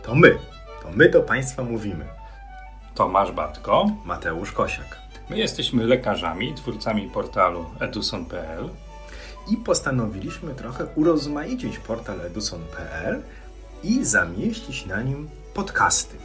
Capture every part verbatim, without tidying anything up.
To my, to my do Państwa mówimy. Tomasz Batko, Mateusz Kosiak. My jesteśmy lekarzami, twórcami portalu eduson kropka p l i postanowiliśmy trochę urozmaicić portal eduson kropka p l i zamieścić na nim podcasty.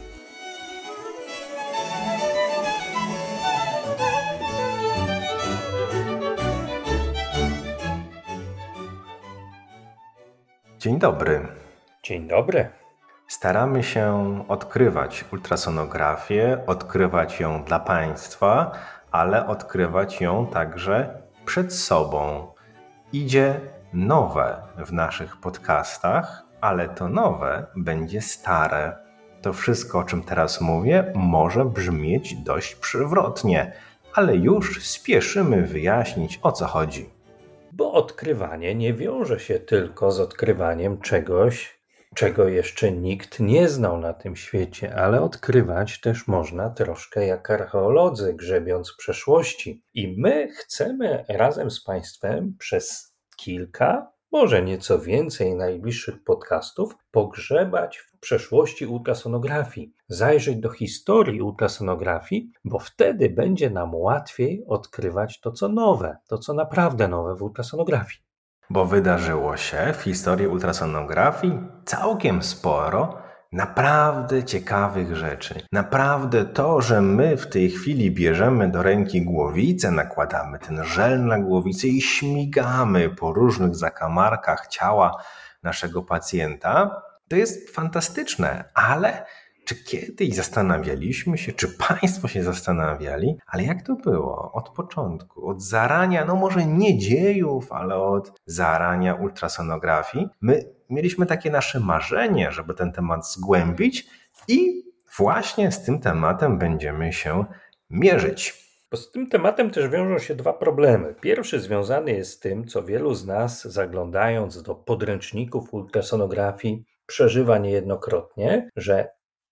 Dzień dobry. Dzień dobry. Staramy się odkrywać ultrasonografię, odkrywać ją dla Państwa, ale odkrywać ją także przed sobą. Idzie nowe w naszych podcastach, ale to nowe będzie stare. To wszystko, o czym teraz mówię, może brzmieć dość przewrotnie, ale już spieszymy wyjaśnić, o co chodzi. Bo odkrywanie nie wiąże się tylko z odkrywaniem czegoś, czego jeszcze nikt nie znał na tym świecie, ale odkrywać też można troszkę jak archeolodzy, grzebiąc w przeszłości. I my chcemy razem z Państwem przez kilka, może nieco więcej najbliższych podcastów pogrzebać w przeszłości ultrasonografii, zajrzeć do historii ultrasonografii, bo wtedy będzie nam łatwiej odkrywać to, co nowe, to, co naprawdę nowe w ultrasonografii. Bo wydarzyło się w historii ultrasonografii całkiem sporo naprawdę ciekawych rzeczy. Naprawdę to, że my w tej chwili bierzemy do ręki głowicę, nakładamy ten żel na głowicę i śmigamy po różnych zakamarkach ciała naszego pacjenta, to jest fantastyczne, ale czy kiedyś zastanawialiśmy się, czy Państwo się zastanawiali, ale jak to było od początku, od zarania, no może nie dziejów, ale od zarania ultrasonografii? My mieliśmy takie nasze marzenie, żeby ten temat zgłębić i właśnie z tym tematem będziemy się mierzyć. Bo z tym tematem też wiążą się dwa problemy. Pierwszy związany jest z tym, co wielu z nas, zaglądając do podręczników ultrasonografii, przeżywa niejednokrotnie, że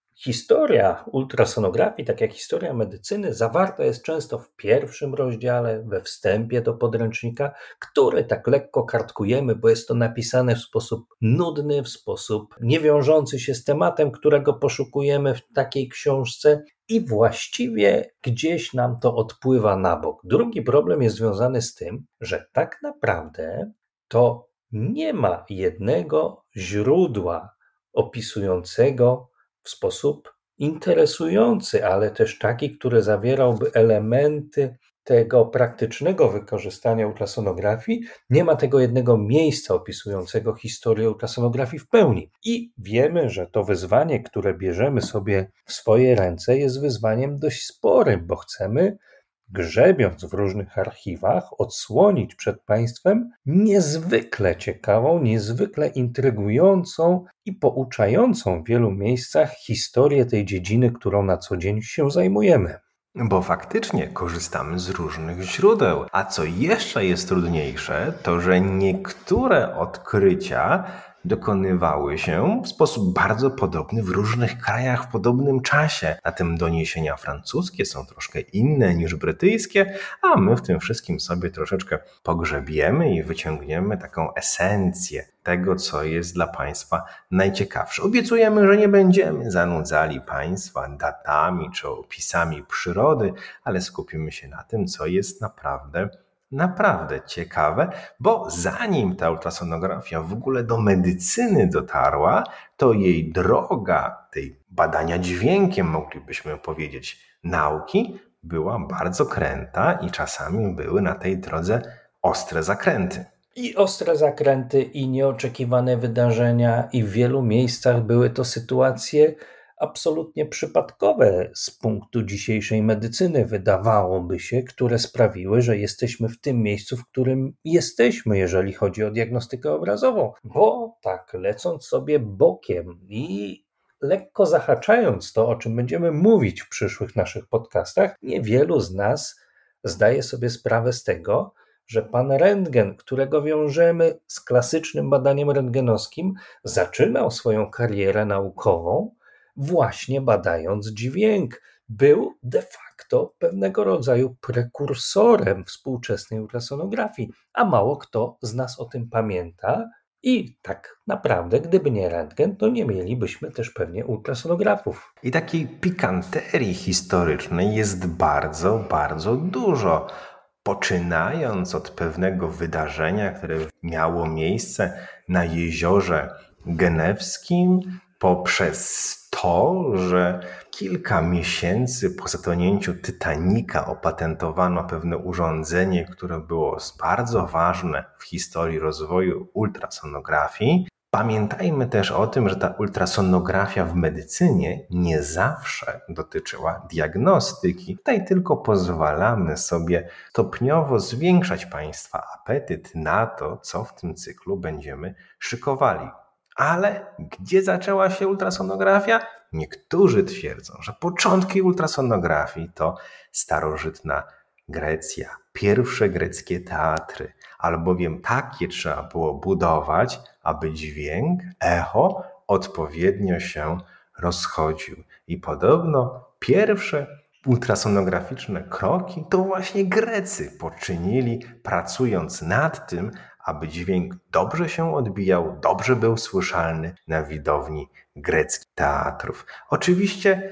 historia ultrasonografii, tak jak historia medycyny, zawarta jest często w pierwszym rozdziale, we wstępie do podręcznika, który tak lekko kartkujemy, bo jest to napisane w sposób nudny, w sposób niewiążący się z tematem, którego poszukujemy w takiej książce i właściwie gdzieś nam to odpływa na bok. Drugi problem jest związany z tym, że tak naprawdę to nie ma jednego źródła opisującego w sposób interesujący, ale też taki, który zawierałby elementy tego praktycznego wykorzystania ultrasonografii. Nie ma tego jednego miejsca opisującego historię ultrasonografii w pełni. I wiemy, że to wyzwanie, które bierzemy sobie w swoje ręce, jest wyzwaniem dość sporym, bo chcemy, grzebiąc w różnych archiwach, odsłonić przed Państwem niezwykle ciekawą, niezwykle intrygującą i pouczającą w wielu miejscach historię tej dziedziny, którą na co dzień się zajmujemy. Bo faktycznie korzystamy z różnych źródeł. A co jeszcze jest trudniejsze, to że niektóre odkrycia dokonywały się w sposób bardzo podobny w różnych krajach w podobnym czasie. Na tym doniesienia francuskie są troszkę inne niż brytyjskie, a my w tym wszystkim sobie troszeczkę pogrzebiemy i wyciągniemy taką esencję tego, co jest dla Państwa najciekawsze. Obiecujemy, że nie będziemy zanudzali Państwa datami czy opisami przyrody, ale skupimy się na tym, co jest naprawdę Naprawdę ciekawe, bo zanim ta ultrasonografia w ogóle do medycyny dotarła, to jej droga tej badania dźwiękiem, moglibyśmy powiedzieć, nauki, była bardzo kręta i czasami były na tej drodze ostre zakręty. I ostre zakręty, i nieoczekiwane wydarzenia, i w wielu miejscach były to sytuacje absolutnie przypadkowe z punktu dzisiejszej medycyny, wydawałoby się, które sprawiły, że jesteśmy w tym miejscu, w którym jesteśmy, jeżeli chodzi o diagnostykę obrazową. Bo tak, lecąc sobie bokiem i lekko zahaczając to, o czym będziemy mówić w przyszłych naszych podcastach, niewielu z nas zdaje sobie sprawę z tego, że pan rentgen, którego wiążemy z klasycznym badaniem rentgenowskim, zaczynał swoją karierę naukową właśnie badając dźwięk. Był de facto pewnego rodzaju prekursorem współczesnej ultrasonografii, a mało kto z nas o tym pamięta, I tak naprawdę, gdyby nie rentgen, to nie mielibyśmy też pewnie ultrasonografów. I takiej pikanterii historycznej jest bardzo, bardzo dużo. Poczynając od pewnego wydarzenia, które miało miejsce na jeziorze Genewskim, poprzez to, że kilka miesięcy po zatonięciu Titanica opatentowano pewne urządzenie, które było bardzo ważne w historii rozwoju ultrasonografii. Pamiętajmy też o tym, że ta ultrasonografia w medycynie nie zawsze dotyczyła diagnostyki. Tutaj tylko pozwalamy sobie stopniowo zwiększać Państwa apetyt na to, co w tym cyklu będziemy szykowali. Ale gdzie zaczęła się ultrasonografia? Niektórzy twierdzą, że początki ultrasonografii to starożytna Grecja, pierwsze greckie teatry, albowiem takie trzeba było budować, aby dźwięk, echo odpowiednio się rozchodził. I podobno pierwsze ultrasonograficzne kroki to właśnie Grecy poczynili, pracując nad tym, aby dźwięk dobrze się odbijał, dobrze był słyszalny na widowni greckich teatrów. Oczywiście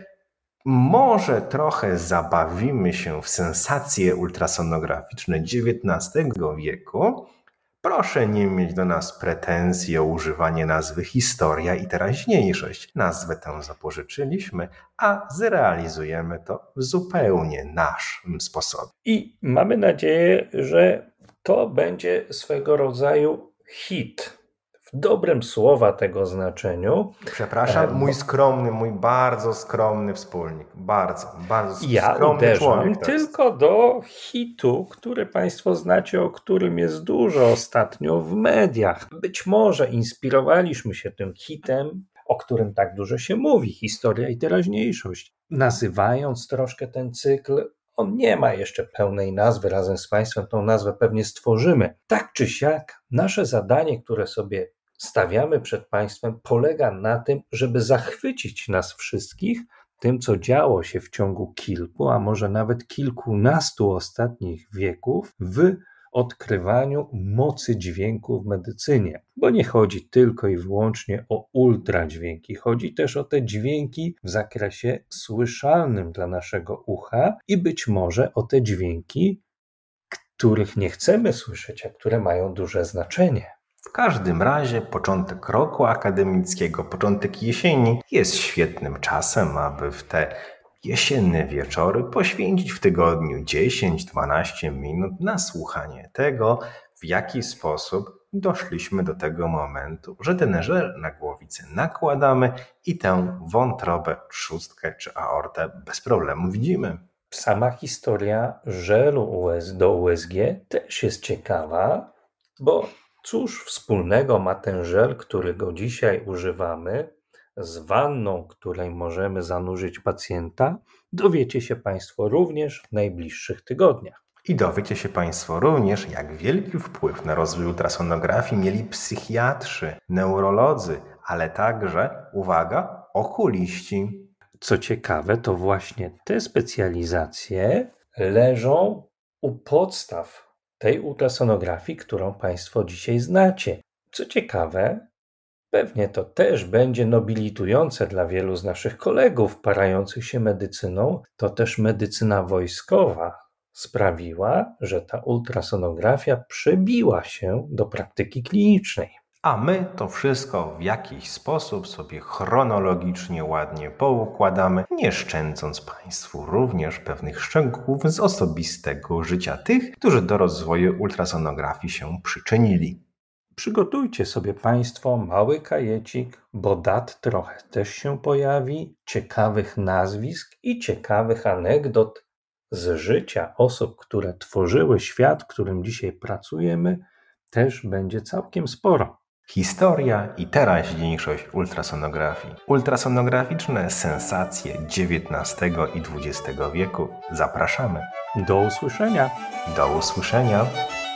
może trochę zabawimy się w sensacje ultrasonograficzne dziewiętnastego wieku. Proszę nie mieć do nas pretensji o używanie nazwy historia i teraźniejszość. Nazwę tę zapożyczyliśmy, a zrealizujemy to w zupełnie naszym sposobie. I mamy nadzieję, że to będzie swego rodzaju hit. W dobrym słowa tego znaczeniu. Przepraszam, mój skromny, mój bardzo skromny wspólnik. Bardzo, bardzo ja skromny uderzam człowiek. tylko do hitu, który Państwo znacie, o którym jest dużo ostatnio w mediach. Być może inspirowaliśmy się tym hitem, o którym tak dużo się mówi, historia i teraźniejszość. Nazywając troszkę ten cykl, on nie ma jeszcze pełnej nazwy, razem z Państwem tą nazwę pewnie stworzymy. Tak czy siak, nasze zadanie, które sobie stawiamy przed Państwem, polega na tym, żeby zachwycić nas wszystkich tym, co działo się w ciągu kilku, a może nawet kilkunastu ostatnich wieków w odkrywaniu mocy dźwięku w medycynie. Bo nie chodzi tylko i wyłącznie o ultradźwięki, chodzi też o te dźwięki w zakresie słyszalnym dla naszego ucha i być może o te dźwięki, których nie chcemy słyszeć, a które mają duże znaczenie. W każdym razie początek roku akademickiego, początek jesieni jest świetnym czasem, aby w te jesienne wieczory poświęcić w tygodniu dziesięć do dwunastu minut na słuchanie tego, w jaki sposób doszliśmy do tego momentu, że ten żel na głowicę nakładamy i tę wątrobę, trzustkę czy aortę bez problemu widzimy. Sama historia żelu do U S G też jest ciekawa, bo cóż wspólnego ma ten żel, którego dzisiaj używamy, z wanną, której możemy zanurzyć pacjenta, dowiecie się Państwo również w najbliższych tygodniach. I dowiecie się Państwo również, jak wielki wpływ na rozwój ultrasonografii mieli psychiatrzy, neurolodzy, ale także, uwaga, okuliści. Co ciekawe, to właśnie te specjalizacje leżą u podstaw tej ultrasonografii, którą Państwo dzisiaj znacie. Co ciekawe, pewnie to też będzie nobilitujące dla wielu z naszych kolegów parających się medycyną, to też medycyna wojskowa sprawiła, że ta ultrasonografia przebiła się do praktyki klinicznej. A my to wszystko w jakiś sposób sobie chronologicznie ładnie poukładamy, nie szczędząc Państwu również pewnych szczegółów z osobistego życia tych, którzy do rozwoju ultrasonografii się przyczynili. Przygotujcie sobie Państwo mały kajecik, bo dat trochę też się pojawi, ciekawych nazwisk i ciekawych anegdot z życia osób, które tworzyły świat, w którym dzisiaj pracujemy, też będzie całkiem sporo. Historia i teraźniejszość ultrasonografii. Ultrasonograficzne sensacje dziewiętnastego i dwudziestego wieku. Zapraszamy. Do usłyszenia. Do usłyszenia.